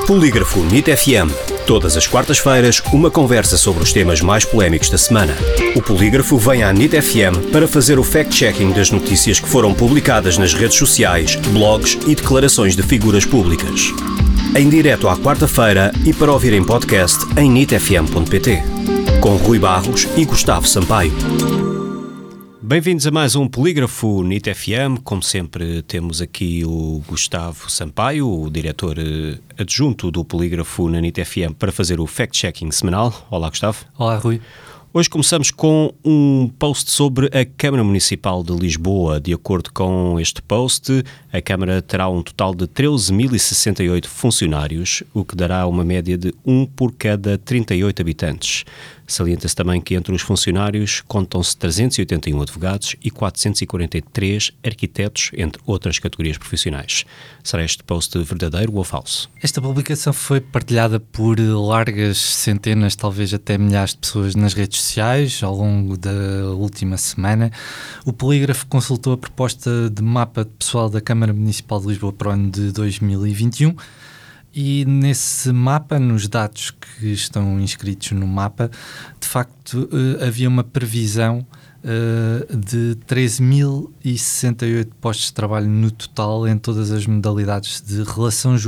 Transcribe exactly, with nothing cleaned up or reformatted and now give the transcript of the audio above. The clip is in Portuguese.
Polígrafo N I T F M. Todas as quartas-feiras, uma conversa sobre os temas mais polémicos da semana. O Polígrafo vem à N I T F M para fazer o fact-checking das notícias que foram publicadas nas redes sociais, blogs e declarações de figuras públicas. Em direto à quarta-feira e para ouvir em podcast em nit f m ponto p t. Com Rui Barros e Gustavo Sampaio. Bem-vindos a mais um Polígrafo N I T F M. Como sempre, temos aqui o Gustavo Sampaio, o diretor adjunto do Polígrafo na N I T F M, para fazer o fact-checking semanal. Olá, Gustavo. Olá, Rui. Hoje começamos com um post sobre a Câmara Municipal de Lisboa. De acordo com este post, a Câmara terá um total de treze mil e sessenta e oito funcionários, o que dará uma média de um por cada trinta e oito habitantes. Salienta-se também que entre os funcionários contam-se trezentos e oitenta e um advogados e quatrocentos e quarenta e três arquitetos, entre outras categorias profissionais. Será este post verdadeiro ou falso? Esta publicação foi partilhada por largas centenas, talvez até milhares de pessoas nas redes sociais ao longo da última semana. O Polígrafo consultou a proposta de mapa pessoal da Câmara Municipal de Lisboa para o ano de dois mil e vinte e um. E nesse mapa, nos dados que estão inscritos no mapa, de facto uh, havia uma previsão uh, de treze mil e sessenta e oito postos de trabalho no total em todas as modalidades de relação